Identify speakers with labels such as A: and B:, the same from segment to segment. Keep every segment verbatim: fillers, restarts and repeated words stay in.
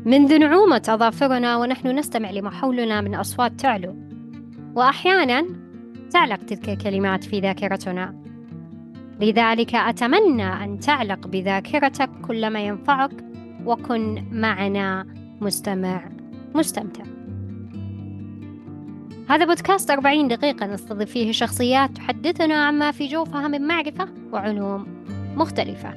A: منذ نعومة أظافرنا ونحن نستمع لما حولنا من أصوات تعلو، وأحيانا تعلق تلك الكلمات في ذاكرتنا. لذلك أتمنى أن تعلق بذاكرتك كل ما ينفعك، وكن معنا مستمع مستمتع. هذا بودكاست أربعين دقيقة نستضيف فيه شخصيات تحدثنا عما في جوفها من معرفة وعلوم مختلفة.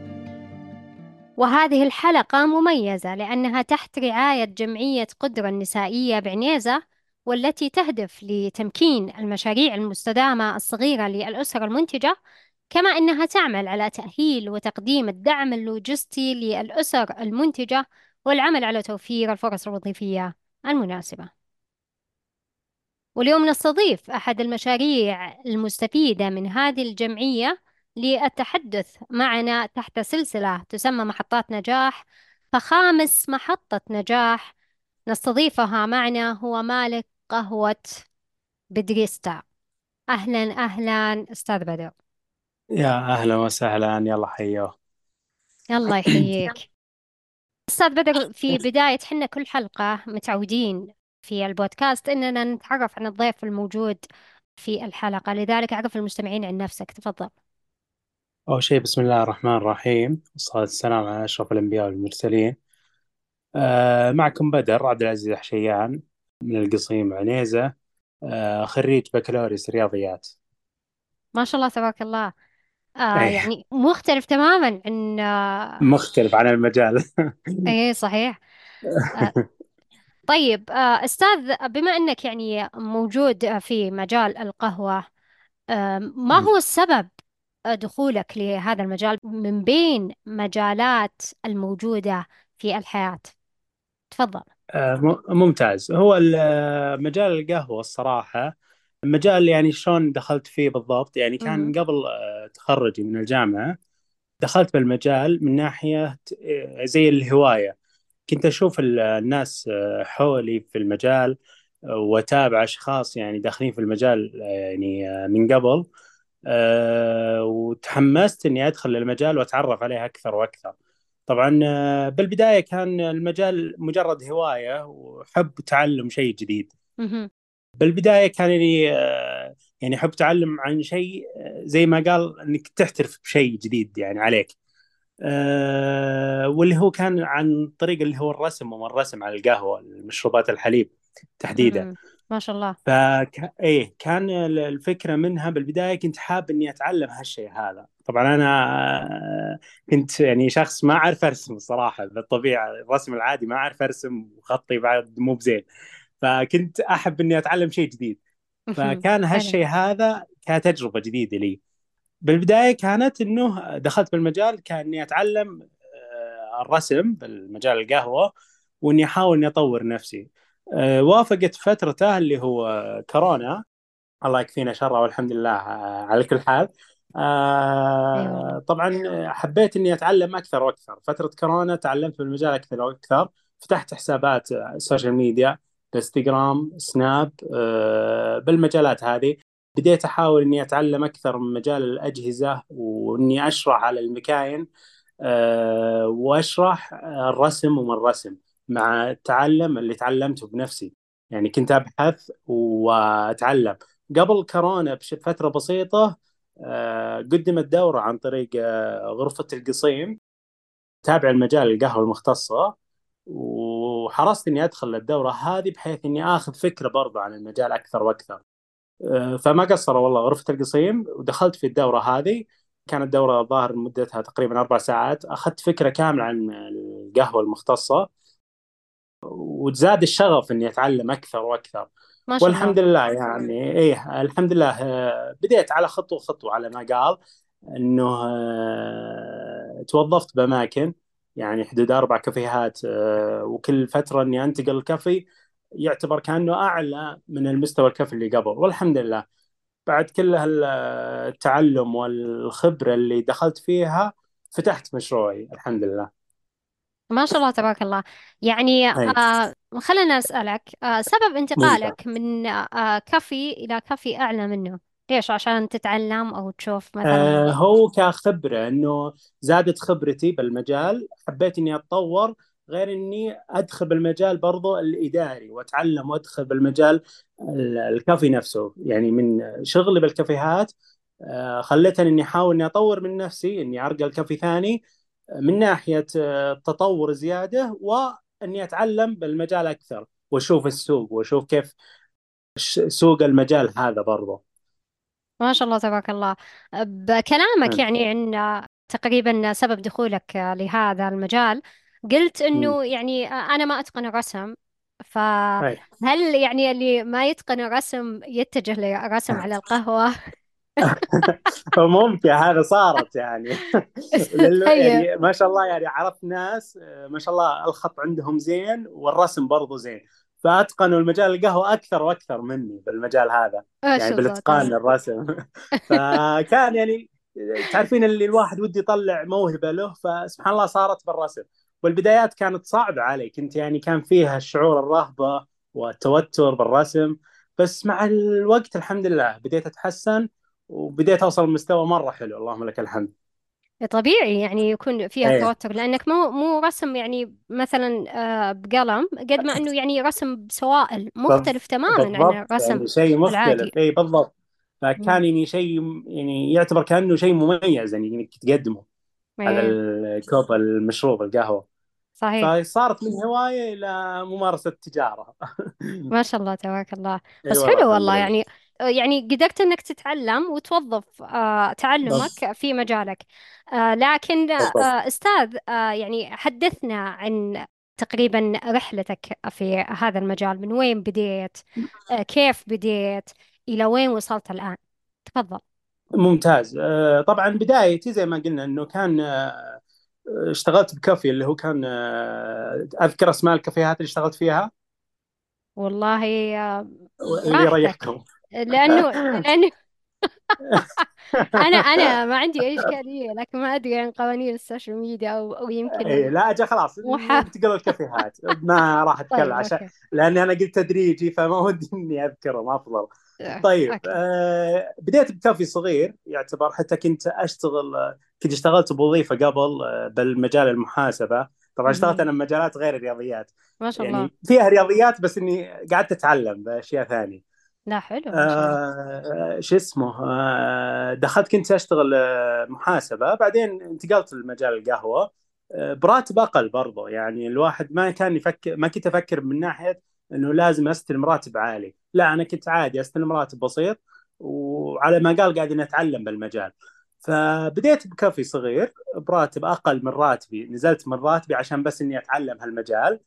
A: وهذه الحلقة مميزة لأنها تحت رعاية جمعية قدرة النسائية بعنيزة، والتي تهدف لتمكين المشاريع المستدامة الصغيرة للأسر المنتجة، كما أنها تعمل على تأهيل وتقديم الدعم اللوجستي للأسر المنتجة والعمل على توفير الفرص الوظيفية المناسبة. واليوم نستضيف أحد المشاريع المستفيدة من هذه الجمعية للتحدث معنا تحت سلسلة تسمى محطات نجاح. فخامس محطة نجاح نستضيفها معنا هو مالك قهوة بدريستا. أهلا أهلا أستاذ بدر.
B: يا أهلا وسهلا، يلا حيوه.
A: الله يحييك أستاذ بدر. في بداية حنا كل حلقة متعودين في البودكاست إننا نتعرف عن الضيف الموجود في الحلقة، لذلك أعرف المستمعين عن نفسك، تفضل.
B: أول شيء بسم الله الرحمن الرحيم، والصلاة والسلام على أشرف الأنبياء والمرسلين. آه معكم بدر عبد العزيز حشيان من القصيم عنيزة. آه خريج بكالوريوس رياضيات.
A: ما شاء الله تبارك الله. آه
B: أي،
A: يعني مختلف تماما عن آه
B: مختلف عن المجال.
A: ايه صحيح. آه طيب، آه أستاذ، بما أنك يعني موجود في مجال القهوة، آه ما هو السبب دخولك لهذا المجال من بين مجالات الموجودة في الحياة؟ تفضل.
B: آه م- ممتاز. هو ال- آه، مجال القهوة الصراحة مجال، يعني شلون دخلت فيه بالضبط؟ يعني كان
A: مهم.
B: قبل آه، تخرجي من الجامعة دخلت بالمجال من ناحية آه، زي الهواية. كنت أشوف ال- الناس آه، حولي في المجال، آه، وأتابع أشخاص يعني داخلين في المجال، آه، يعني آه، من قبل. آه، وتحمست إني أدخل المجال وأتعرف عليه أكثر وأكثر. طبعا آه، بالبداية كان المجال مجرد هواية وحب تعلم شيء جديد.
A: مهم.
B: بالبداية كان لي آه، يعني أحب أتعلم عن شيء، آه، زي ما قال إنك تحترف بشيء جديد يعني عليك. آه، واللي هو كان عن طريق اللي هو الرسم، ومن الرسم على القهوة، المشروبات الحليب تحديدا.
A: مهم. ما شاء الله.
B: فك... ايه كان ال- الفكرة منها بالبداية كنت حاب اني اتعلم هالشيء هذا. طبعا انا آه، كنت يعني شخص ما اعرف ارسم الصراحة، بالطبيعة الرسم العادي ما اعرف ارسم، وخطي بعد مو بزين. فكنت احب اني اتعلم شيء جديد.
A: مهم.
B: فكان
A: حلو.
B: هالشيء هذا كتجربة جديدة لي. بالبداية كانت انه دخلت بالمجال كاني اتعلم آه، الرسم بالمجال القهوة، واني احاول اني اطور نفسي. آه، وافقت فترته اللي هو كورونا، الله يكفينا شره والحمد لله آه، على كل حال.
A: اي والله.
B: آه، طبعا حبيت اني اتعلم اكثر واكثر. فترة كورونا تعلمت بالمجال اكثر واكثر. فتحت حسابات آه، سوشيال ميديا، انستغرام، سناب، آه، بالمجالات هذه. بديت احاول اني اتعلم اكثر من مجال الاجهزة، واني اشرح على المكاين، آه، واشرح آه، الرسم ومن الرسم، مع التعلم اللي تعلمته بنفسي. يعني كنت ابحث واتعلم. قبل كورونا بفترة بسيطة آه، قدمت دورة عن طريق آه، غرفة القصيم تابع المجال القهوة المختصة، وحرصت إني أدخل الدورة هذه بحيث إني آخذ فكرة برضه عن المجال أكثر وأكثر. آه، فما قصروا والله غرفة القصيم، ودخلت في الدورة هذه. كانت دورة ظاهر مدتها تقريبا أربع ساعات، أخذت فكرة كاملة عن القهوة المختصة، وزاد الشغف اني اتعلم اكثر واكثر.
A: ما شاء الله.
B: والحمد لله يعني ايه الحمد لله، آه، بديت على خطوه خطوه على ما قال. انه آه، توظفت باماكن، يعني حدود اربع كافيهات، آه، وكل فتره اني انتقل الكافي يعتبر كانه اعلى من المستوى الكافي اللي قبل. والحمد لله بعد كل هالتعلم والخبره اللي دخلت فيها فتحت مشروعي الحمد لله.
A: ما شاء الله تبارك الله. يعني
B: اي،
A: آه خلنا أسألك، آه سبب
B: ممتاز.
A: انتقالك من آه كافي إلى كافي أعلى منه، ليش؟ عشان تتعلم أو تشوف مثلا؟
B: آه، هو كخبرة، انه زادت خبرتي بالمجال، حبيت اني اتطور. غير إني أدخل بالمجال برضو الإداري وأتعلم وأدخل بالمجال ال- الكافي نفسه. يعني من شغلي بالكافيهات آه، خلتني إني أحاول إني أطور من نفسي، إني أرجع كافي ثاني آه، من ناحية آه، التطور زيادة، وإني أتعلم بالمجال أكثر وأشوف السوق وأشوف كيف ش- سوق المجال هذا برضه.
A: ما شاء الله تبارك الله. بكلامك يعني عن تقريبا سبب دخولك لهذا المجال، قلت
B: مم.
A: انه يعني انا ما اتقن الرسم،
B: أي.
A: فهل يعني اللي ما يتقن الرسم يتجه للرسم على القهوة؟
B: ممكن هذا صارت يعني. لأنه
A: طيب.
B: يعني ما شاء الله يعني عرفت ناس آه، ما شاء الله الخط عندهم زين والرسم برضو زين، فأتقنوا المجال القهوة أكثر وأكثر مني بالمجال هذا،
A: ما
B: يعني
A: شاء الله
B: بالإتقان
A: تبارك.
B: الرسم. فكان يعني تعرفين اللي الواحد ودي يطلع موهبة له، فسبحان الله صارت بالرسم. والبدايات كانت صعبة علي، كنت يعني كان فيها شعور الرهبة والتوتر بالرسم، بس مع الوقت الحمد لله بديت أتحسن وبديت اوصل لمستوى مره حلو، اللهم لك الحمد.
A: طبيعي يعني يكون فيها
B: ايه
A: توتر، لأنك مو مو رسم يعني مثلا آه، بقلم، قد ما إنه يعني رسم بسوائل
B: بال-
A: مختلف تماما عن
B: بالضبط،
A: الرسم
B: يعني شيء
A: العادي.
B: مختلف، اي بالضبط.
A: مم.
B: فكان يعني شيء يعني يعتبر كانه شيء مميز يعني انك تقدمه على
A: إيه.
B: الكوب المشروب القهوه.
A: صحيح.
B: فصارت من هوايه الى ممارسه تجاره.
A: ما شاء الله تبارك الله.
B: اي
A: بس
B: والله
A: حلو
B: الحمد
A: والله
B: لله.
A: يعني، يعني قدرت انك تتعلم وتوظف آه،
B: بس
A: تعلمك في مجالك. آه، لكن
B: بالضبط.
A: آه، استاذ، آه، يعني حدثنا عن تقريبا رحلتك في هذا المجال، من وين بديت؟ آه، كيف بديت؟ الى وين وصلت الآن؟ تفضل.
B: ممتاز. آه، طبعا بدايتي زي ما قلنا انه كان آه، اشتغلت بكافي اللي هو كان آه، اذكر اسماء الكافيهات اللي اشتغلت فيها
A: والله آه،
B: اللي
A: راحتك.
B: يريحكم.
A: لانه لانه انا انا ما عندي اي اشكاليه، لكن ما ادري عن قوانين السوشيال ميديا، او او
B: ايه
A: يمكن
B: لا اجل خلاص
A: مو حاب.
B: ننتقل للكافيهات، ما راح اتكلم
A: طيب
B: عشان
A: اوكي.
B: لاني انا قلت تدريجي فما ودي اني اذكرهم افضل.
A: آه،
B: طيب
A: اوكي.
B: آه بديت بكافي صغير يعتبر، حتى كنت اشتغل آه، كنت اشتغلت بوظيفه قبل آه بالمجال المحاسبه. طبعا اشتغلت
A: مهم.
B: انا بمجالات غير الرياضيات،
A: ما شاء الله.
B: يعني فيها رياضيات بس اني قعدت اتعلم باشياء ثانيه.
A: لا حلو ما شاء الله.
B: آه شو اسمه آه دخلت كنت اشتغل آه محاسبه، بعدين انتقلت لمجال القهوه آه براتب اقل برضه. يعني الواحد ما كان يفكر، ما كنت افكر من ناحيه انه لازم استلم راتب عالي، لا انا كنت عادي استلم راتب بسيط، وعلى ما قال قاعد اتعلم بالمجال. فبديت بكافي صغير براتب اقل من راتبي، نزلت من راتبي عشان بس اني اتعلم هالمجال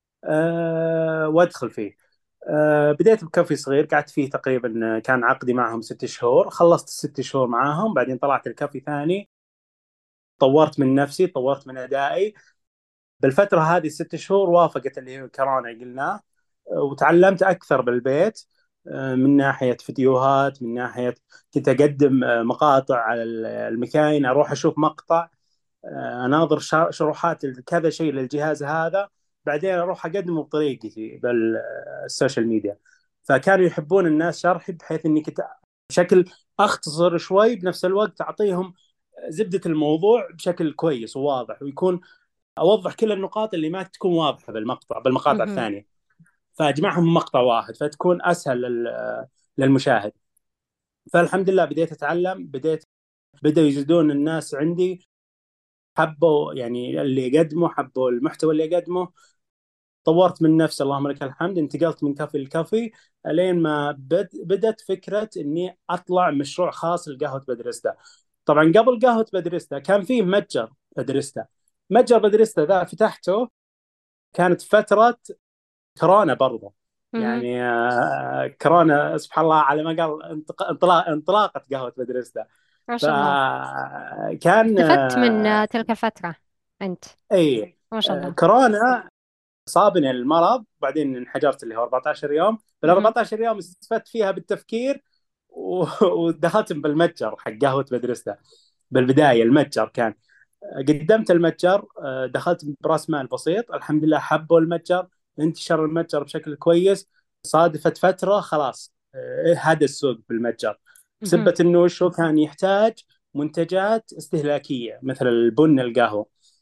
B: أه وادخل فيه. أه بديت بكافي صغير قعدت فيه تقريبا كان عقدي معهم ست شهور، خلصت الست شهور معاهم، بعدين طلعت الكافي ثاني، طورت من نفسي طورت من أدائي. بالفترة هذه الست شهور وافقت اللي هي كورونا قلناه، أه وتعلمت أكثر بالبيت أه من ناحية فيديوهات، من ناحية كنت أقدم أه مقاطع على المكاين، أروح أشوف مقطع آه، اناظر شا- شروحات كذا شيء للجهاز هذا، بعدين اروح اقدمه بطريقتي بالسوشيال ميديا. فكانوا يحبون الناس شرحي بحيث اني كنت بشكل اختصر شوي، بنفس الوقت اعطيهم زبدة الموضوع بشكل كويس وواضح، ويكون اوضح كل النقاط اللي ما تكون واضحة بالمقطع بالمقاطع
A: مهم.
B: الثانية، فاجمعهم مقطع واحد فتكون اسهل لل- للمشاهد. فالحمد لله بديت اتعلم، بديت بدأوا يزيدون الناس عندي، حبوا يعني اللي يقدمه، حبوا المحتوى اللي يقدمه، طورت من نفسي اللهم لك الحمد، انتقلت من كافي لكافي لين ما بد بدت فكرة اني اطلع مشروع خاص لقهوة بدرستا. طبعا قبل قهوة بدرستا كان فيه متجر بدرستا. متجر بدرستا ذا فتحته كانت فترة كورونا برضه،
A: مهم.
B: يعني آه، كورونا سبحان الله على ما قال انطق- انطلاق انطلاقة قهوة بدرستا.
A: ما شاء الله.
B: فكان
A: استفدت من
B: آه،
A: آه، تلك الفترة أنت.
B: اي
A: ما شاء
B: آه،
A: الله.
B: كورونا صابني المرض، بعدين انحجرت اللي هو أربعتاشر يوم. بال
A: مهم.
B: أربعتاشر يوم استفدت فيها بالتفكير و- ودخلت بالمتجر حق قهوة مدرسة. بالبداية المتجر كان قدمت المتجر آه، دخلت براس مال بسيط، الحمد لله حبوا المتجر، انتشر المتجر بشكل كويس. صادفت فترة خلاص آه، هذا السوق بالمتجر،
A: مهم.
B: بسبة انه شو كان يحتاج منتجات استهلاكية مثل البن القهوة.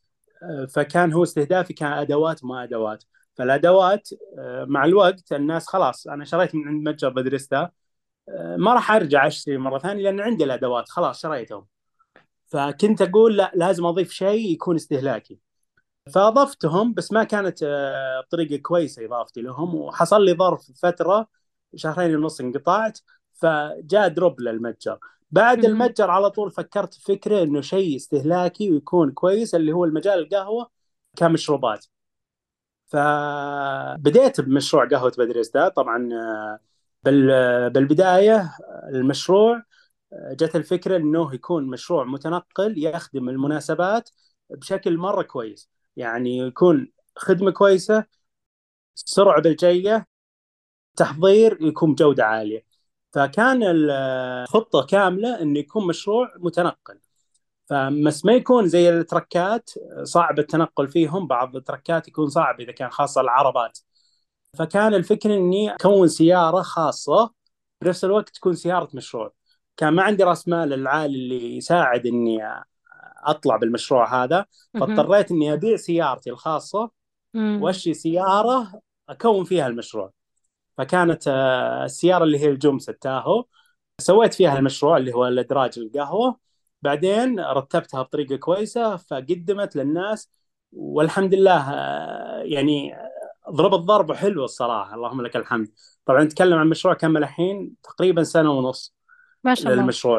B: فكان هو استهدافي كان ادوات وما ادوات. فالادوات آه، مع الوقت الناس خلاص، انا شريت من عند متجر بدرستا، آه، ما راح ارجع اشتري مره ثانيه لان عندي الادوات خلاص شريتهم. فكنت اقول لا، لازم اضيف شيء يكون استهلاكي. فاضفتهم بس ما كانت آه، بطريقه كويسه اضافتي لهم، وحصل لي ظرف فتره شهرين ونص انقطعت، فجاء دروب للمتجر. بعد
A: مهم.
B: المتجر على طول فكرت في فكره انه شيء استهلاكي ويكون كويس، اللي هو المجال القهوه كمشروبات. فبديت بمشروع قهوه بدريستا طبعا. آه، بال- بالبدايه المشروع جت الفكرة انه يكون مشروع متنقل يخدم المناسبات بشكل مرة كويس، يعني يكون خدمة كويسة، سرعة بالجية، تحضير يكون بجودة عالية. فكان الخطة كاملة انه يكون مشروع متنقل، فبس ما يكون زي التركات صعب التنقل فيهم. بعض التركات يكون صعب اذا كان خاصة العربات. فكان الفكرة اني اكون سيارة خاصة بنفس الوقت تكون سيارة مشروع. كان ما عندي راس مال العالي اللي يساعد اني اطلع بالمشروع هذا،
A: مهم.
B: فاضطريت اني ابيع سيارتي الخاصة
A: مم.
B: واشتري سيارة اكون فيها المشروع. فكانت آه، السيارة اللي هي الجمسة التاهو، سويت فيها المشروع اللي هو الادراج القهوة. بعدين رتبتها بطريقة كويسة فقدمت للناس، والحمد لله آه، يعني ضربت ضربة حلوة الصراحة، اللهم لك الحمد. طبعا نتكلم عن مشروع كمل الحين تقريبا سنة ونص
A: ما شاء الله.
B: للمشروع.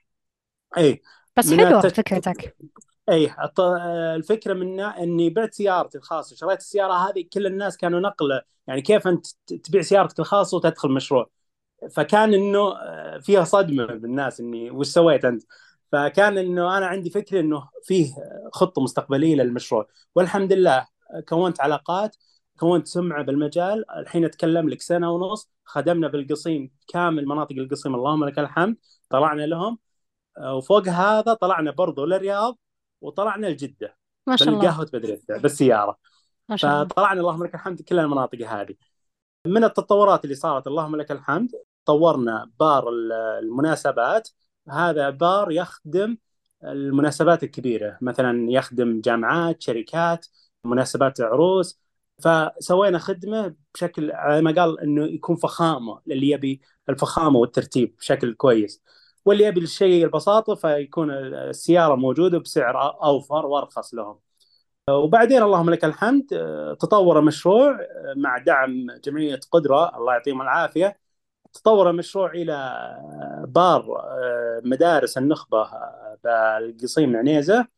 B: اي
A: بس
B: من
A: حلوة
B: التك...
A: فكرتك.
B: اي الط- الفكرة من اني بعت سيارتي الخاصة، شريت السيارة هذه كل الناس كانوا نقلة، يعني كيف انت تبيع سيارتك الخاصة وتدخل مشروع؟ فكان انه آه، فيها صدمه بالناس اني وش سويت انت. فكان انه انا عندي فكره انه فيه خطه مستقبليه للمشروع، والحمد لله كونت علاقات، كونت سمعه بالمجال. الحين اتكلم لك سنه ونص خدمنا بالقصيم كامل مناطق القصيم، اللهم لك الحمد، طلعنا لهم. آه، وفوق هذا طلعنا برضو للرياض، وطلعنا لجده
A: ما شاء الله.
B: بالقهوه بدريده بالسياره.
A: ما شاء الله.
B: فطلعنا اللهم لك الحمد كل المناطق هذه. من التطورات اللي صارت اللهم لك الحمد، طورنا بار المناسبات. هذا بار يخدم المناسبات الكبيرة، مثلا يخدم جامعات، شركات، مناسبات عروس. فسوينا خدمة بشكل على ما قال انه يكون فخامة للي يبي الفخامة والترتيب بشكل كويس، واللي يبي الشيء البساطة فيكون السيارة موجودة بسعر أوفر وأرخص لهم. وبعدين اللهم لك الحمد آه، تطور المشروع آه، مع دعم جمعية قدرة الله يعطيهم العافية. تطور المشروع إلى آه، بار آه، مدارس النخبة آه، بالقصيم عنيزة.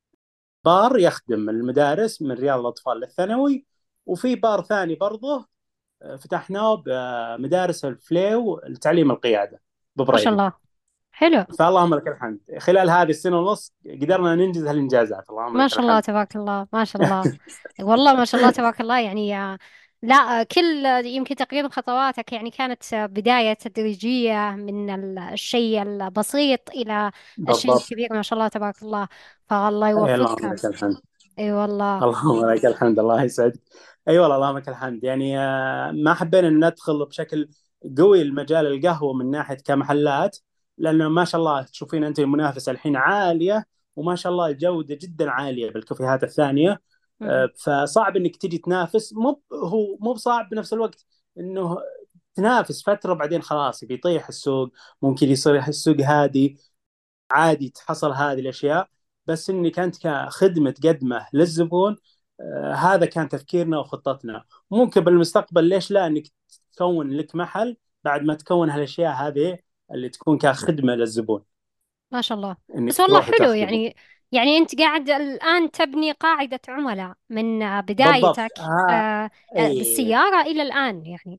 B: بار يخدم المدارس من رياض الأطفال للثانوي، وفي بار ثاني برضه آه، فتحناه بمدارس الفليو لتعليم القيادة
A: ما شاء
B: ببريدة.
A: الله. حلو.
B: فاللهم لك الحمد خلال هذه السنة ونص قدرنا ننجز هالإنجازات، اللهم
A: ما
B: لك
A: شاء الله
B: الحمد.
A: تبارك الله. ما شاء الله. والله ما شاء الله تبارك الله يعني آه، لا آه، كل آه، يمكن تقريبا خطواتك يعني كانت آه، بداية تدريجية من ال- الشيء البسيط إلى الشيء
B: بالضبط.
A: الكبير ما شاء الله تبارك الله. فالله
B: أي اللهم
A: يوفقك.
B: لك الحمد.
A: اي والله.
B: اللهم لك الحمد، الله يسعدك. اي والله اللهم لك الحمد. يعني آه، ما حبينا ان ندخل بشكل قوي المجال القهوه من ناحيه كمحلات، لانه ما شاء الله تشوفين انت المنافسه الحين عاليه، وما شاء الله الجوده جدا عاليه بالكافيهات الثانيه.
A: مهم.
B: آه، فصعب انك تجي تنافس، مو هو مو بصعب بنفس الوقت انه تنافس فتره بعدين خلاص بيطيح السوق. ممكن يصير السوق هادي، عادي تحصل هذه الاشياء. بس انك انت كخدمه تقدمه للزبون، آه، هذا كان تفكيرنا وخطتنا. ممكن بالمستقبل ليش لا انك تكون لك محل بعد ما تكون هالاشياء هذه اللي تكون كخدمه للزبون،
A: ما شاء الله.
B: انك
A: بس والله
B: تروح
A: حلو
B: وتخدمه.
A: يعني. يعني أنت قاعد الآن تبني قاعدة عملاء من آه،
B: بالضبط.
A: بدايتك
B: ها.
A: آه، آه،
B: اي.
A: بالسيارة إلى الآن يعني.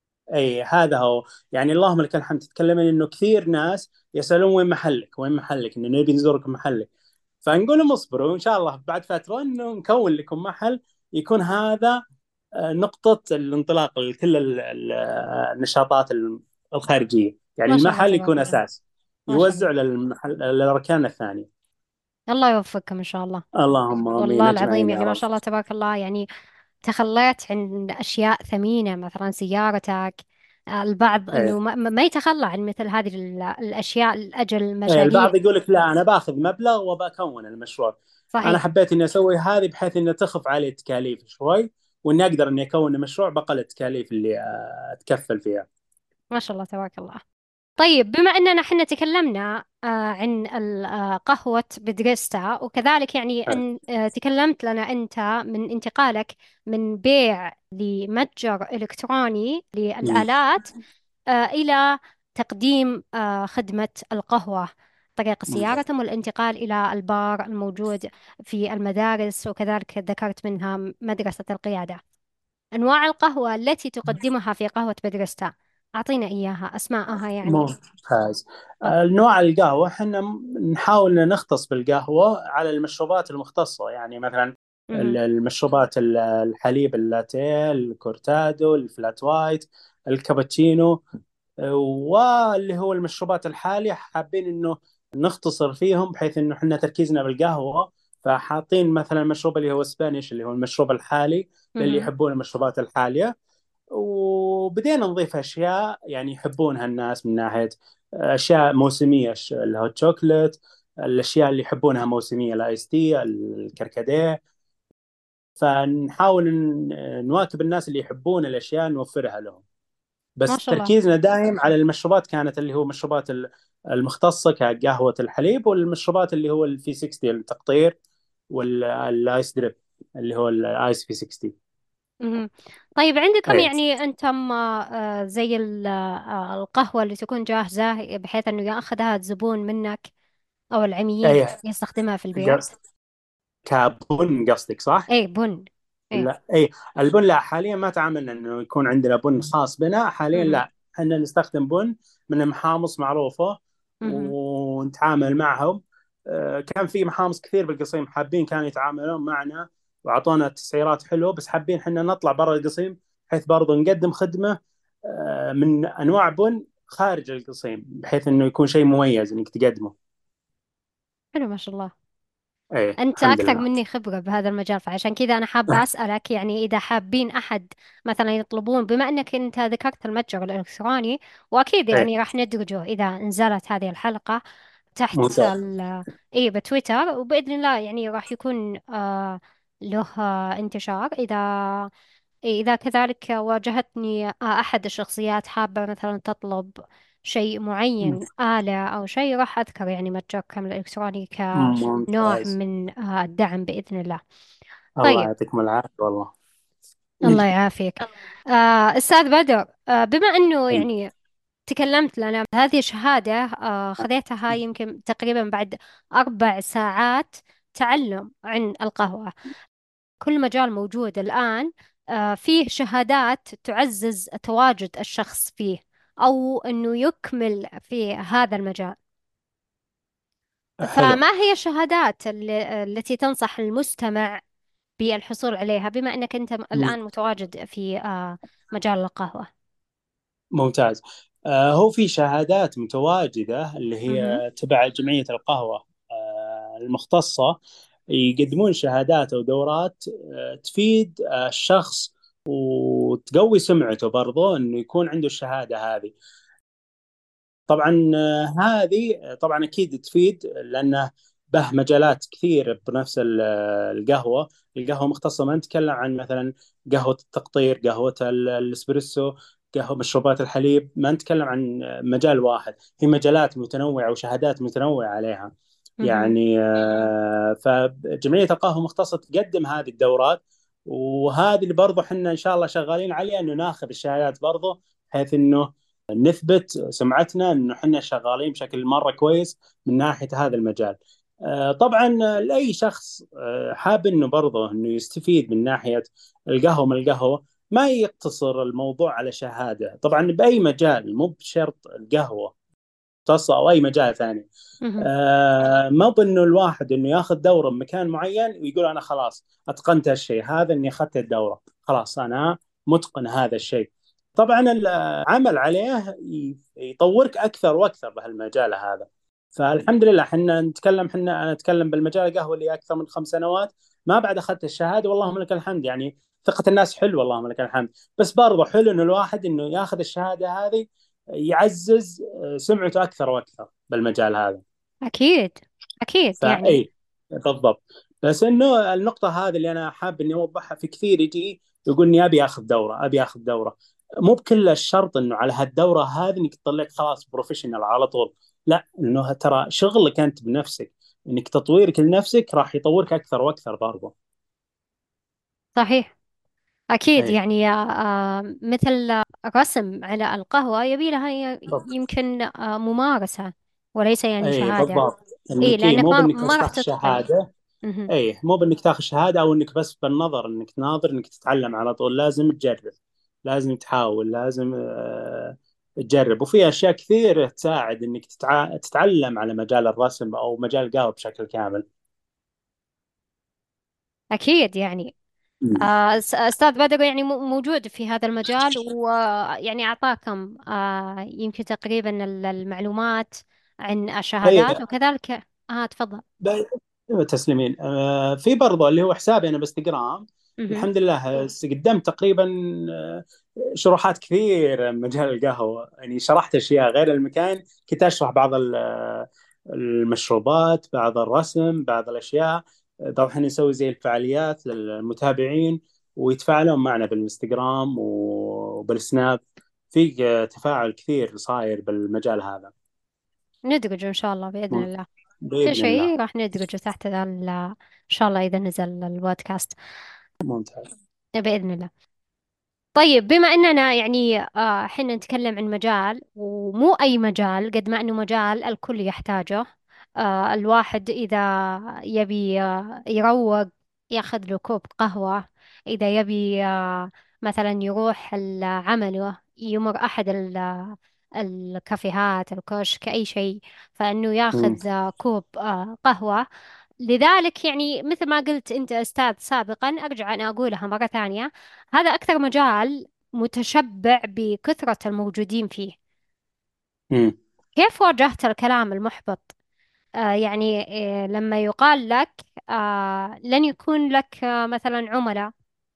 B: اي هذا هو. يعني اللهم لك الحمد تتكلمين انه كثير ناس يسالون وين محلك وين محلك، انه نبي نزوركم محلك. فنقول لهم اصبروا وان شاء الله بعد فتره انه نكون لكم محل يكون هذا آه، نقطه الانطلاق لكل ال- ال- النشاطات الخارجيه، يعني
A: ما شاء الله
B: المحل
A: تبارك
B: يكون
A: الله.
B: اساس
A: ما شاء
B: يوزع
A: الله.
B: للمحل للاركان الثانيه.
A: الله يوفقكم إن شاء الله.
B: اللهم امين
A: والله العظيم
B: اجمعين يا
A: يعني ما
B: رب.
A: شاء الله تبارك الله يعني. تخليت عن أشياء ثمينة مثلا سيارتك. آه، البعض أنه
B: ايه.
A: ما, ما يتخلى عن مثل هذه ال- الأشياء لأجل
B: إيه،
A: مشاريع.
B: البعض يقول لك لا انا باخذ مبلغ وبكون المشروع. انا
A: صحيح.
B: حبيت اني اسوي هذه بحيث انها تخف علي التكاليف شوي، واني اقدر اني اكون مشروع باقل التكاليف اللي آه، اتكفل فيها.
A: ما شاء الله تبارك الله. طيب، بما أننا حنا تكلمنا آه، عن ال- آه، قهوة بدريستا، وكذلك يعني
B: حلو.
A: أن آه، تكلمت لنا أنت من انتقالك من بيع لمتجر إلكتروني
B: مم.
A: للآلات آه، إلى تقديم آه، خدمة القهوة طريق السيارة،
B: ممتاز.
A: ثم الانتقال إلى البار الموجود في المدارس، وكذلك ذكرت منها مدرسة القيادة. أنواع القهوة التي تقدمها في قهوة بدرستا، أعطينا إياها أسماءها يعني.
B: ممتاز.
A: تفضل.
B: نوع القهوة احنا نحاول إن نختص بالقهوة على المشروبات المختصة، يعني مثلا ال-
A: مهم.
B: المشروبات ال- الحليب اللاتيه، الكورتادو، الفلات وايت، الكابتشينو، واللي هو المشروبات الحالية حابين انه نختصر فيهم بحيث انه احنا تركيزنا بالقهوة، فحاطين مثلا المشروب اللي هو سبانيش اللي هو المشروب الحالي للي
A: مهم.
B: يحبون المشروبات الحالية. وبدينا نضيف اشياء يعني يحبونها الناس من ناحيه اشياء موسميه، ش- اللي هو الشوكليت، الاشياء اللي يحبونها موسميه، الايس تي، الكركديه. فنحاول ن- نواكب الناس اللي يحبون الاشياء نوفرها لهم،
A: ما
B: بس
A: شاء الله.
B: تركيزنا دائم على المشروبات، كانت اللي هو مشروبات ال- المختصه كقهوه الحليب، والمشروبات اللي هو الفي ستين التقطير، والايس دريب اللي هو الايس في ستين.
A: مهم. طيب، عندكم
B: ايه.
A: يعني أنتم آه، زي ال- آه، القهوة اللي تكون جاهزة بحيث أنه يأخذها الزبون منك أو العميل
B: ايه.
A: يستخدمها في البيت؟
B: كبن قصدك صح؟
A: إيه، بن. إيه.
B: لا اي، البن لا، حاليا ما تعاملنا انه يكون عندنا بن خاص بنا حاليا،
A: مهم.
B: لا احنا نستخدم بن من محامص معروفة
A: مهم.
B: ونتعامل معهم. آه، كان في محامص كثير بالقصيم حابين كانوا يتعاملون معنا واعطونا تسعيرات حلوه، بس حابين احنا نطلع برا القصيم بحيث برضو نقدم خدمة آه، من انواع بن خارج القصيم، بحيث انه يكون شيء مميز انك تقدمه.
A: حلو، ما شاء الله.
B: ايه
A: أنت
B: الحمد
A: أكثر
B: لله.
A: مني خبرة بهذا المجال، فعشان كذا أنا حابة أسألك، يعني إذا حابين أحد مثلا يطلبون، بما أنك أنت ذكرت المتجر الإلكتروني، وأكيد
B: ايه
A: يعني راح ندرجه إذا نزلت هذه الحلقة تحت
B: ممتاز.
A: ال إيه بتويتر، وبإذن الله يعني راح يكون آه له آه انتشار. إذا إذا كذلك واجهتني آه أحد الشخصيات حابة مثلا تطلب شيء معين، آلة أو شيء، راح أذكر يعني متجركم الإلكتروني كنوع
B: ممتاز.
A: من آه الدعم بإذن الله.
B: الله
A: طيب.
B: يعطيكم العافية والله.
A: الله يعافيك. آه أستاذ بدر، آه بما أنه يعني تكلمت لنا، هذه شهادة آه خذيتها يمكن تقريبا بعد أربع ساعات تعلم عن القهوة. كل مجال موجود الآن آه فيه شهادات تعزز تواجد الشخص فيه، أو أنه يكمل في هذا المجال.
B: حلو.
A: فما هي الشهادات اللي التي تنصح المستمع بالحصول عليها، بما أنك أنت الآن متواجد في آه مجال القهوة؟
B: ممتاز. آه، هو في شهادات متواجدة اللي
A: مهم.
B: هي تبع جمعية القهوة آه، المختصة، يقدمون شهادات أو دورات آه، تفيد آه، الشخص وتقوي سمعته برضو إنه يكون عنده الشهادة هذه. طبعا آه، هذه آه، طبعا اكيد تفيد لانه به مجالات كثير بنفس ال- آه، القهوه. القهوه مختصه، ما نتكلم عن مثلا قهوه التقطير، قهوه ال- الاسبريسو، قهوه مشروبات الحليب، ما نتكلم عن آه، مجال واحد، هي مجالات متنوعه وشهادات متنوعه عليها.
A: مهم.
B: يعني آه، فجمعيه القهوه المختصه تقدم هذه الدورات، وهذه اللي برضو احنا ان شاء الله شغالين عليها انه ناخذ الشهادات برضو، بحيث انه نثبت سمعتنا انه احنا شغالين بشكل مره كويس من ناحيه هذا المجال. آه، طبعا آه، لاي شخص آه، حاب انه برضه انه يستفيد من ناحيه القهوه من القهوه، ما يقتصر الموضوع على شهاده، طبعا باي مجال مو بشرط القهوه، مختصه او اي مجال ثاني.
A: مهم.
B: آه، ما بانه الواحد انه ياخذ دوره بمكان معين ويقول انا خلاص اتقنت هالشيء هذا، اني اخذت الدوره خلاص انا متقن هذا الشيء. طبعا العمل عليه ي- يطورك اكثر واكثر بهالمجال هذا. فالحمد لله احنا نتكلم، احنا انا اتكلم بالمجال القهوه اللي اكثر من خمس سنوات، ما بعد اخذت الشهاده واللهم لك الحمد. يعني ثقه الناس حلوه اللهم لك الحمد، بس برضه حلو انه الواحد انه ياخذ الشهاده هذه يعزز آه، سمعته اكثر واكثر بالمجال هذا.
A: أكيد. أكيد يعني.
B: فاي بالضبط. بس انه النقطه هذه اللي انا حاب اني اوضحها، في كثير يجي يقول اني ابي اخذ دوره، ابي اخذ دوره. مو بكل الشرط انه على هالدوره هذه انك تطلعك خلاص بروفيشنال على طول. لا، انه ترى شغلك انت بنفسك، انك تطويرك لنفسك راح يطورك اكثر واكثر برضه.
A: صحيح. أكيد
B: اي،
A: يعني آه، مثل الرسم على القهوة يبي لها ي-
B: بالضبط.
A: يمكن آه، ممارسة، وليس يعني
B: اي
A: شهادة.
B: بالضبط،
A: إيه،
B: انك إيه
A: لأنك
B: مو
A: ما
B: بانك
A: ما
B: بس
A: راح
B: تاخذ
A: تتقن.
B: شهاده.
A: مهم.
B: اي، مو بانك تاخذ شهاده او انك بس بالنظر انك تناظر، انك تتعلم على طول. لازم تجرب، لازم تحاول، لازم آه، تجرب. وفي اشياء كثير تساعد انك تتع... تتعلم على مجال الرسم او مجال القهوه بشكل كامل.
A: أكيد يعني
B: مم.
A: آه، أس- أستاذ بدر يعني مو- موجود في هذا المجال، ويعني أعطاكم آه، يمكن تقريبا ال- المعلومات عن
B: اي،
A: الشهادات وكذلك. آه تفضل.
B: ب- أيوة، تسلمين. آه، في برضه اللي هو حسابي انا بانستغرام.
A: مهم.
B: الحمد لله، آه، قدمت تقريبا آه، شروحات كثير من مجال القهوة. يعني شرحت أشياء غير المكان، كنت أشرح بعض ال- آه، المشروبات، بعض الرسم، بعض الأشياء. آه، طبعا نسوي زي الفعاليات للمتابعين، ويتفاعلون معنا بالانستغرام وبالسناب. في آه، تفاعل كثير صاير بالمجال هذا.
A: ندرج إن شاء الله بإذن الله. كل
B: بإذن الله.
A: شيء راح ندرجه تحت ذا ال- إن شاء الله إذا نزل البودكاست
B: ممتاز.
A: بإذن الله. طيب، بما أننا يعني آه، حنا نتكلم عن مجال، ومو أي مجال قد ما أنه مجال الكل يحتاجه. آه، الواحد إذا يبي آه، يروق ياخذ له كوب قهوة، إذا يبي آه، مثلا يروح ال- عمله يمر أحد ال- الكافيهات الكشك أي شيء، فإنه
B: مم.
A: ياخذ آه، كوب آه، قهوة. لذلك يعني مثل ما قلت أنت أستاذ سابقا، أرجع أنا أقولها مرة ثانية، هذا أكثر مجال متشبع بكثرة الموجودين فيه.
B: مم.
A: كيف واجهت الكلام المحبط؟ آه يعني آه لما يقال لك آه لن يكون لك آه مثلا عملاء،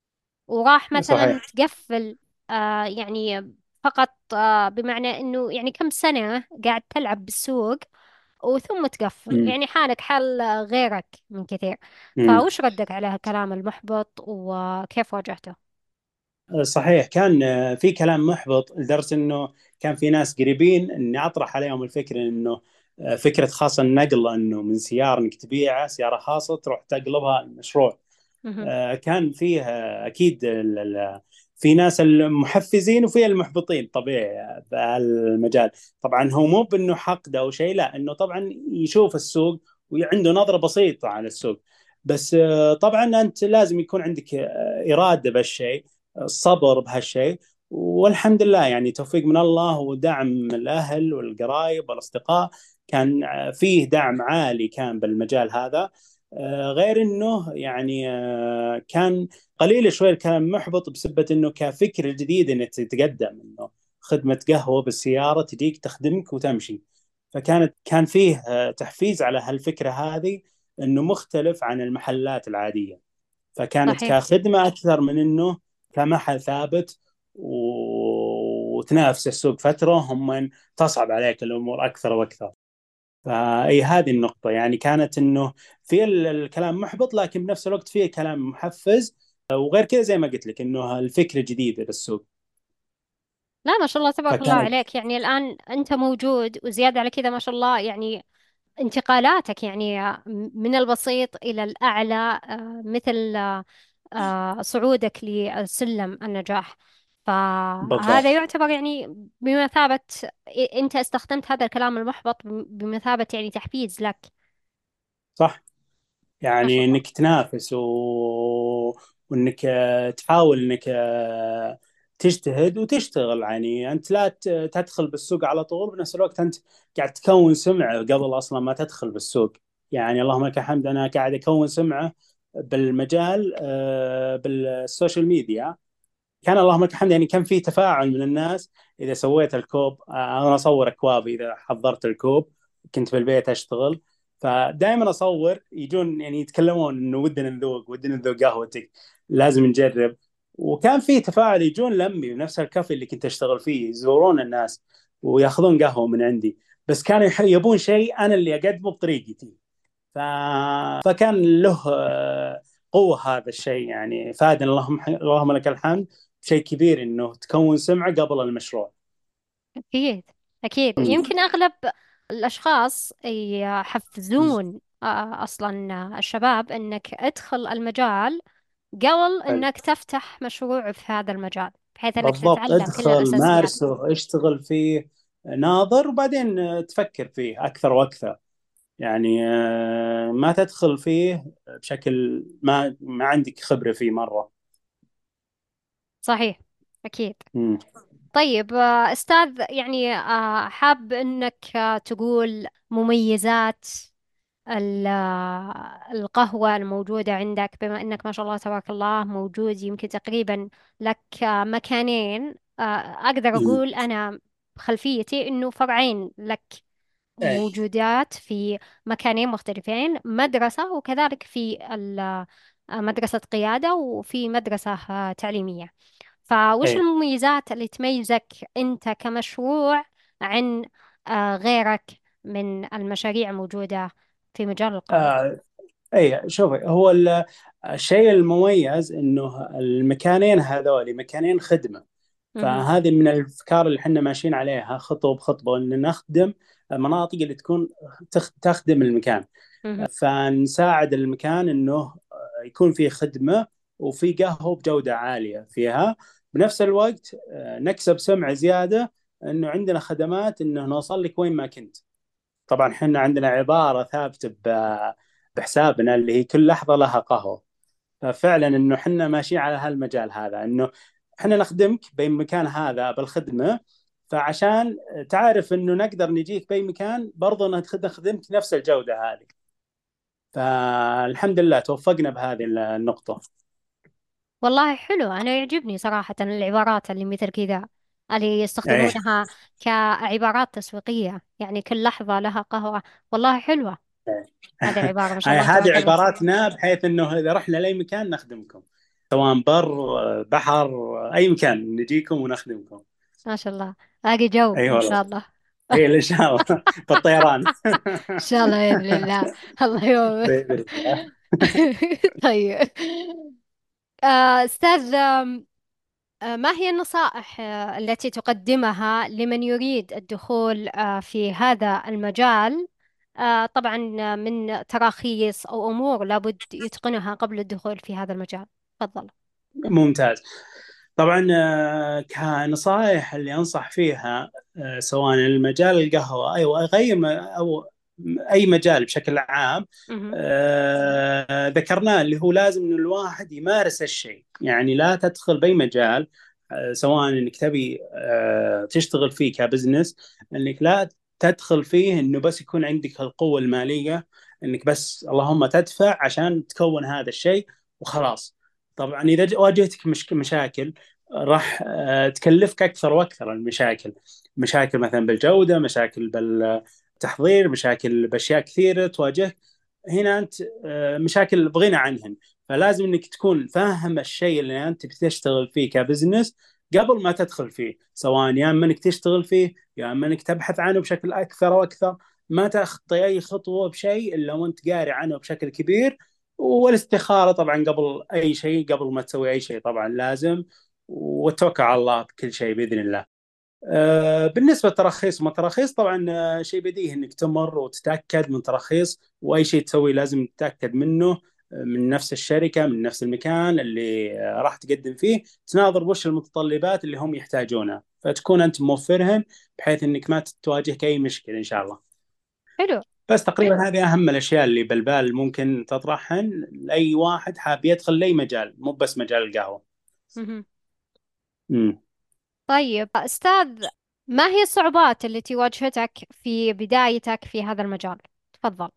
A: وراح مثلا
B: صحيح.
A: تقفل آه يعني فقط آه بمعنى أنه يعني كم سنة قاعد تلعب بالسوق وثم تقفل،
B: مم.
A: يعني حالك حال غيرك من كثير.
B: مم.
A: فوش ردك على هالكلام المحبط وكيف واجهته؟
B: صحيح، كان آه، في كلام محبط لدرجة انه كان في ناس قريبين اني اطرح عليهم الفكرة، انه آه، فكرة خاصة النقل، انه من سيارة انك تبيعها سيارة خاصة تروح تقلبها المشروع.
A: مهم.
B: آه، كان فيه آه، اكيد ال- ال- في ناس المحفزين وفي المحبطين طبيعي بالمجال. طبعا هو مو بانه حقد او شيء، لا، انه طبعا يشوف السوق وعنده نظرة بسيطة عن السوق. بس آه، طبعا انت لازم يكون عندك آه، إرادة بالشيء، صبر بهالشيء. والحمد لله يعني توفيق من الله ودعم من الأهل والقرايب والأصدقاء. كان آه، فيه دعم عالي كان بالمجال هذا. آه، غير انه يعني آه، كان قليل شوي الكلام محبط بسبة انه كفكر جديد انه تتقدم، انه خدمة قهوة بالسيارة تجيك تخدمك وتمشي. فكانت كان فيه آه، تحفيز على هالفكرة هذه، انه مختلف عن المحلات العادية. فكانت
A: صحيح.
B: كخدمة اكثر من انه كمحل ثابت و- وتنافس السوق فترة، هم من تصعب عليك الامور اكثر واكثر. فاي هذه النقطة يعني كانت انه في ال- الكلام محبط، لكن بنفس الوقت فيه كلام محفز. وغير كذا زي ما قلت لك انه الفكرة جديدة بالسوق.
A: لا، ما شاء الله تبارك الله
B: فكانت
A: عليك، يعني الآن أنت موجود وزيادة على كذا ما شاء الله، يعني انتقالاتك يعني من البسيط إلى الأعلى، آه، مثل آه، صعودك لسلم النجاح. فهذا
B: بالضبط.
A: يعتبر يعني بمثابة، أنت استخدمت هذا الكلام المحبط بمثابة يعني تحفيز لك.
B: صح،
A: ما شاء
B: يعني
A: الله.
B: انك تنافس و... وانك آه، تحاول انك آه، تجتهد وتشتغل. يعني انت لا ت- تدخل بالسوق على طول، بنفس الوقت انت قاعد تكون سمعة قبل اصلا ما تدخل بالسوق. يعني اللهم لك الحمد، انا قاعد اكون سمعة بالمجال آه، بالسوشيال ميديا. كان اللهم لك الحمد يعني كان في تفاعل من الناس. اذا سويت الكوب، آه، انا اصور اكواب اذا حضرت الكوب، كنت بالبيت اشتغل. فدائما اصور، يجون يعني يتكلمون انه ودنا نذوق، ودنا نذوق قهوتك، لازم نجرب. وكان في تفاعل، يجون لمي بنفس الكافي اللي كنت اشتغل فيه، يزورون الناس وياخذون قهوة من عندي. بس كانوا يح- يبون شيء انا اللي اقدمه بطريقتي. ف... فكان له آه، قوة هذا الشيء، يعني فادنا اللهم اللهم لك الحمد شيء كبير انه تكون سمعة قبل المشروع.
A: أكيد. أكيد،
B: مم.
A: يمكن أغلب الأشخاص يحفزون آه، أصلا الشباب إنك ادخل المجال قبل
B: حلو.
A: إنك تفتح مشروع في هذا المجال، بحيث إنك
B: بالضبط،
A: تتعلم كل
B: ادخل
A: الأساسيات.
B: مارسه اشتغل فيه، ناظر، وبعدين آه، تفكر فيه أكثر وأكثر. يعني آه، ما تدخل فيه بشكل ما ما عندك خبرة فيه مرة.
A: صحيح. أكيد.
B: مم.
A: طيب آه، أستاذ، يعني آه، حاب إنك آه، تقول مميزات ال- آه، القهوة الموجودة عندك، بما إنك ما شاء الله تبارك الله موجود يمكن تقريبا لك آه، مكانين. آه، أقدر
B: مم.
A: أقول أنا خلفيتي إنه فرعين لك
B: إيه.
A: موجودات في مكانين مختلفين، مدرسة وكذلك في ال- آه، مدرسة قيادة وفي مدرسة آه، تعليمية. فوش
B: إيه.
A: المميزات اللي تميزك أنت كمشروع عن آه، غيرك من المشاريع الموجودة في مجال القهوة؟
B: آه، اي شوفي، هو ال- الشيء المميز انه المكانين هذول مكانين خدمه.
A: مهم.
B: فهذه من الافكار اللي احنا ماشيين عليها خطوه بخطوه، ان نخدم المناطق اللي تكون تخ- تخدم المكان.
A: مهم.
B: فنساعد المكان انه يكون فيه خدمه وفي قهوه بجوده عاليه فيها. بنفس الوقت آه، نكسب سمعه زياده، انه عندنا خدمات انه نوصل لك وين ما كنت. طبعا احنا عندنا عبارة ثابتة ب- بحسابنا اللي هي كل لحظة لها قهوة. ففعلا انه احنا ماشيين على هالمجال هذا، انه احنا نخدمك بأي مكان هذا بالخدمة. فعشان تعرف انه نقدر نجيك بأي مكان برضو نخدمك نفس الجودة هذه. فالحمد لله توفقنا بهذه النقطة.
A: والله حلو، أنا يعجبني صراحة العبارات اللي مثل كذا، اللي
B: ايه.
A: يستخدمونها كعبارات تسويقية، يعني كل لحظة لها قهوة. والله حلوة هذه العبارة، ما شاء
B: هاي
A: الله
B: هذه
A: تبارك الله.
B: عباراتنا، بحيث انه اذا رحنا لاي مكان نخدمكم، سواء بر بحر، اي مكان نجيكم ونخدمكم.
A: ما شاء الله، باقي جو
B: اي
A: إن
B: والله.
A: شاء الله.
B: اي ان شاء الله بالطيران.
A: إن شاء الله بإذن الله. الله يومك.
B: باذن الله.
A: طيب آه، أستاذ، آم، آه، ما هي النصائح آه، التي تقدمها لمن يريد الدخول آه، في هذا المجال؟ آه، طبعا آه، من تراخيص أو أمور لابد يتقنها قبل الدخول في هذا المجال. تفضل.
B: ممتاز. طبعا آه، كنصائح اللي انصح فيها، آه، سواء المجال القهوه او غير ما- او اي مجال بشكل عام،
A: مهم.
B: آه، ذكرناه اللي هو لازم ان الواحد يمارس الشيء. يعني لا تدخل باي مجال، آه، سواء انك تبي آه، تشتغل فيه كبزنس، انك لا تدخل فيه انه بس يكون عندك القوه الماليه، انك بس اللهم تدفع عشان تكون هذا الشيء وخلاص. طبعا اذا ج- واجهتك مش مشاكل، راح آه، تكلفك اكثر واكثر المشاكل. مشاكل مثلا بالجوده، مشاكل بالتحضير، مشاكل باشياء كثيره تواجهك. هنا انت آه، مشاكل بغنى عنهن. فلازم انك تكون فاهم الشيء اللي انت بتشتغل فيه كبزنس قبل ما تدخل فيه، سواء يا اما انك تشتغل فيه يا اما انك تبحث عنه بشكل اكثر واكثر. ما تخطي اي خطوه بشيء الا وانت قاري عنه بشكل كبير. والاستخارة طبعا قبل أي شيء، قبل ما تسوي أي شيء طبعا لازم. والتوكل على الله بكل شيء بإذن الله. آه، بالنسبة للتراخيص وما تراخيص، طبعا آه، شيء بديهي انك تمر وتتأكد من تراخيص، واي شيء تسوي لازم تتأكد منه، آه، من نفس الشركة، من نفس المكان اللي آه، راح تقدم فيه. تناظر وش المتطلبات اللي هم يحتاجونها، فتكون انت موفرهن، بحيث انك ما تواجهك اي مشكلة ان شاء الله.
A: حلو.
B: بس تقريبا هذه أهم الأشياء اللي بالبال ممكن تطرحهن لأي واحد حاب يدخل لأي مجال، مو بس مجال القهوة.
A: مهم.
B: مم.
A: طيب أستاذ، ما هي الصعوبات التي واجهتك في بدايتك في هذا المجال؟ تفضل.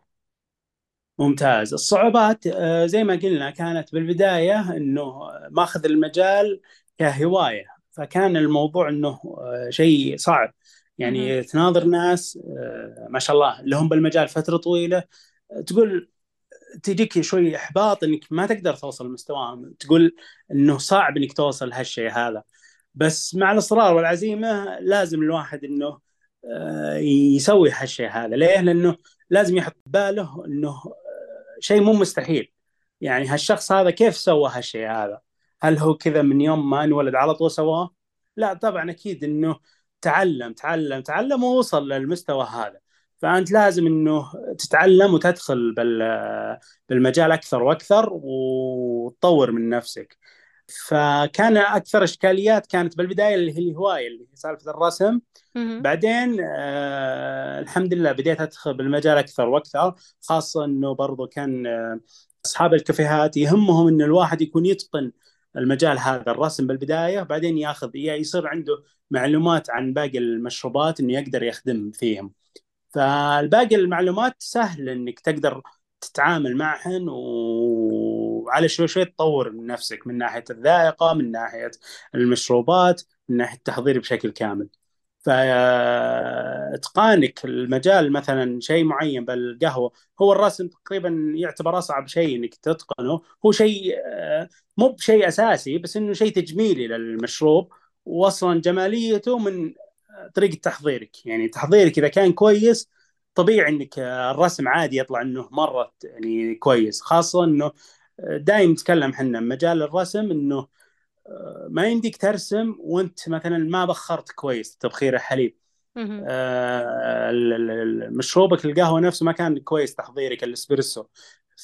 B: ممتاز. الصعوبات آه، زي ما قلنا كانت بالبداية أنه ماخذ المجال كهواية. فكان الموضوع أنه آه، شيء صعب.
A: مهم.
B: يعني تناظر ناس آه، ما شاء الله لهم بالمجال فترة طويلة، تقول تجيك شوي إحباط أنك ما تقدر توصل لمستواهم، تقول أنه صعب أنك توصل هالشيء هذا. بس مع الإصرار والعزيمة لازم الواحد أنه آه، يسوي هالشيء هذا. ليه؟ لأنه لازم يحط باله أنه شيء مو مستحيل. يعني هالشخص هذا كيف سوى هالشيء هذا؟ هل هو كذا من يوم ما انولد على طول سواه؟ لا طبعا، اكيد انه تعلم تعلم تعلم ووصل للمستوى هذا. فانت لازم انه تتعلم وتدخل بال بالمجال اكثر واكثر وتطور من نفسك. فكان اكثر اشكاليات كانت بالبدايه اللي هي الهوايه، اللي هي سالفه الرسم.
A: مهم.
B: بعدين آه الحمد لله بديت ادخل بالمجال اكثر واكثر، خاصه انه برضو كان آه اصحاب الكافيهات يهمهم ان الواحد يكون يتقن المجال هذا الرسم بالبدايه، بعدين ياخذ يصير عنده معلومات عن باقي المشروبات انه يقدر يخدم فيهم. فالباقي المعلومات سهل انك تقدر تتعامل معهن، وعلى شوي شوي تطور من نفسك من ناحيه الذائقه، من ناحيه المشروبات، من ناحيه التحضير بشكل كامل. فاتقانك المجال مثلا شيء معين بالقهوه، هو الرسم تقريبا يعتبر اصعب شيء انك تتقنه. هو شيء آه، مو بشيء اساسي، بس انه شيء تجميلي للمشروب. واصلا جماليته من طريقه تحضيرك. يعني تحضيرك اذا كان كويس، طبيعي انك آه، الرسم عادي يطلع انه مره يعني كويس. خاصه انه دائما نتكلم احنا مجال الرسم انه ما يمديك ترسم وانت مثلا ما بخرت كويس تبخير الحليب.
A: مهم.
B: آه، ال- ال- ال- مشروبك القهوة نفسه ما كان كويس تحضيرك الاسبريسو. ف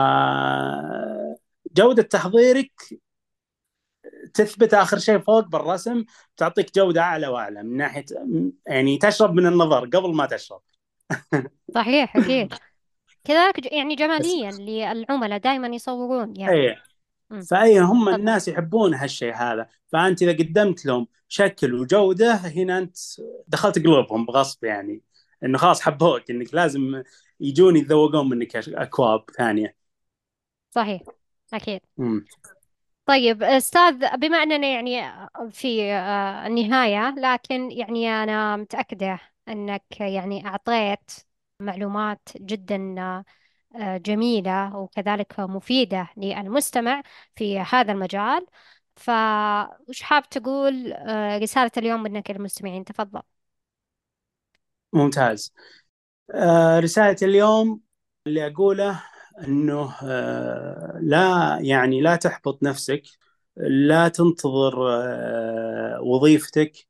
B: جودة تحضيرك تثبت آخر شيء فوق بالرسم، تعطيك جودة أعلى وأعلى من ناحية يعني تشرب من النظر قبل ما تشرب.
A: صحيح أكيد. كذلك ج- يعني
B: بس
A: جماليا للعملاء دائما يصورون يعني.
B: ايه،
A: مم.
B: فأي هم
A: تفضل.
B: الناس يحبون هالشيء هذا. فأنت إذا قدمت لهم شكل وجودة، هنا أنت دخلت قلوبهم بغصب. يعني إنه خلاص حبوك، إنك لازم يجون يتذوقون منك أكواب ثانية.
A: صحيح أكيد.
B: امم.
A: طيب أستاذ، بما أننا يعني في آه، النهاية، لكن يعني أنا متأكدة أنك يعني أعطيت معلومات جدا آه، جميلة وكذلك مفيدة للمستمع في هذا المجال. فوش حاب تقول آه، رسالة اليوم منك للمستمعين؟ تفضل.
B: ممتاز. آه رسالة اليوم اللي أقوله إنه آه لا يعني لا تحبط نفسك، لا تنتظر آه وظيفتك.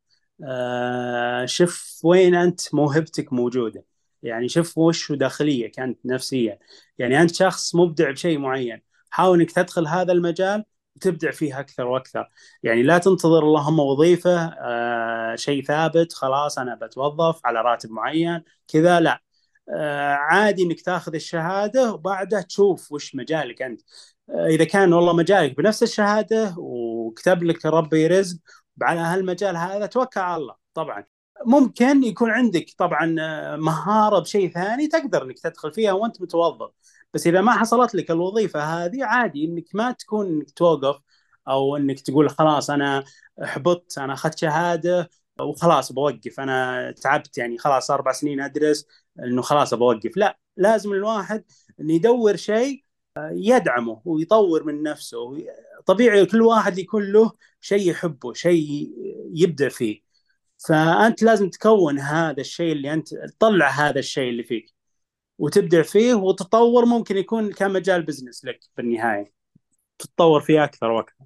B: آه شوف وين أنت موهبتك موجودة. يعني شوف وش داخليك أنت نفسيا. يعني أنت شخص مبدع بشيء معين، حاول إنك تدخل هذا المجال وتبدع فيه أكثر وأكثر. يعني لا تنتظر اللهم وظيفة آه شيء ثابت، خلاص أنا بتوظف على راتب معين كذا. لا، آه، عادي انك تاخذ الشهاده وبعدها تشوف وش مجالك انت. آه، اذا كان والله مجالك بنفس الشهاده وكتب لك ربي رزق على هالمجال هذا، توكل على الله. طبعا ممكن يكون عندك طبعا آه، مهاره بشيء ثاني تقدر انك تدخل فيها وانت متوظف. بس اذا ما حصلت لك الوظيفه هذه، عادي انك ما تكون انك توقف، او انك تقول خلاص انا حبطت، انا اخذت شهاده وخلاص بوقف، انا تعبت يعني خلاص اربع سنين ادرس انه خلاص بوقف. لا، لازم الواحد انه يدور شيء يدعمه ويطور من نفسه. طبيعي كل واحد يكون له شيء يحبه، شيء يبدع فيه. فأنت لازم تكون هذا الشيء اللي أنت تطلع هذا الشيء اللي فيك وتبدع فيه وتطور. ممكن يكون كمجال بزنس لك في النهاية، تتطور فيه أكثر وأكثر.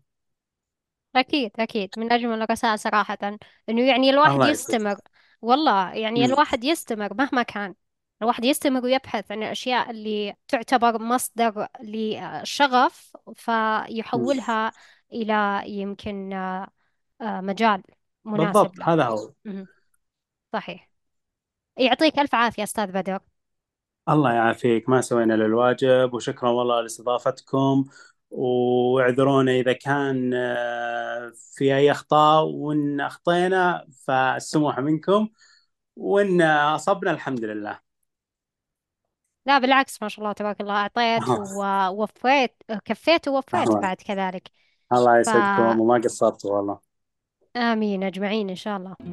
A: أكيد أكيد، من أجمل الرسائل صراحة، إنه يعني الواحد
B: الله يسعدك.
A: يستمر. والله يعني
B: مم.
A: الواحد يستمر مهما كان. الواحد يستمر ويبحث عن الأشياء اللي تعتبر مصدر للشغف،
B: مم.
A: فيحولها إلى يمكن آه، آه، مجال مناسب
B: بالضبط،
A: له.
B: هذا هو.
A: مهم. صحيح. يعطيك ألف عافية أستاذ بدر.
B: الله يعافيك، ما سوينا للواجب. وشكرا والله لاستضافتكم. واعذرونا إذا كان آه، في أي أخطاء، وإن أخطينا فالسموح منكم، وإن أصبنا الحمد لله.
A: لا بالعكس، ما شاء الله تبارك الله، أعطيت ووفيت، كفيت ووفيت
B: الله
A: بعد كذلك.
B: الله يسعدكم
A: فآمين
B: وما قصرتوا والله.
A: أجمعين إن شاء الله.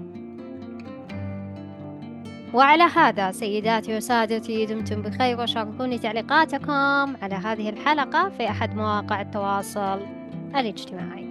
A: وعلى هذا سيداتي وسادتي، دمتم بخير، وشاركوني تعليقاتكم على هذه الحلقة في أحد مواقع التواصل الاجتماعي.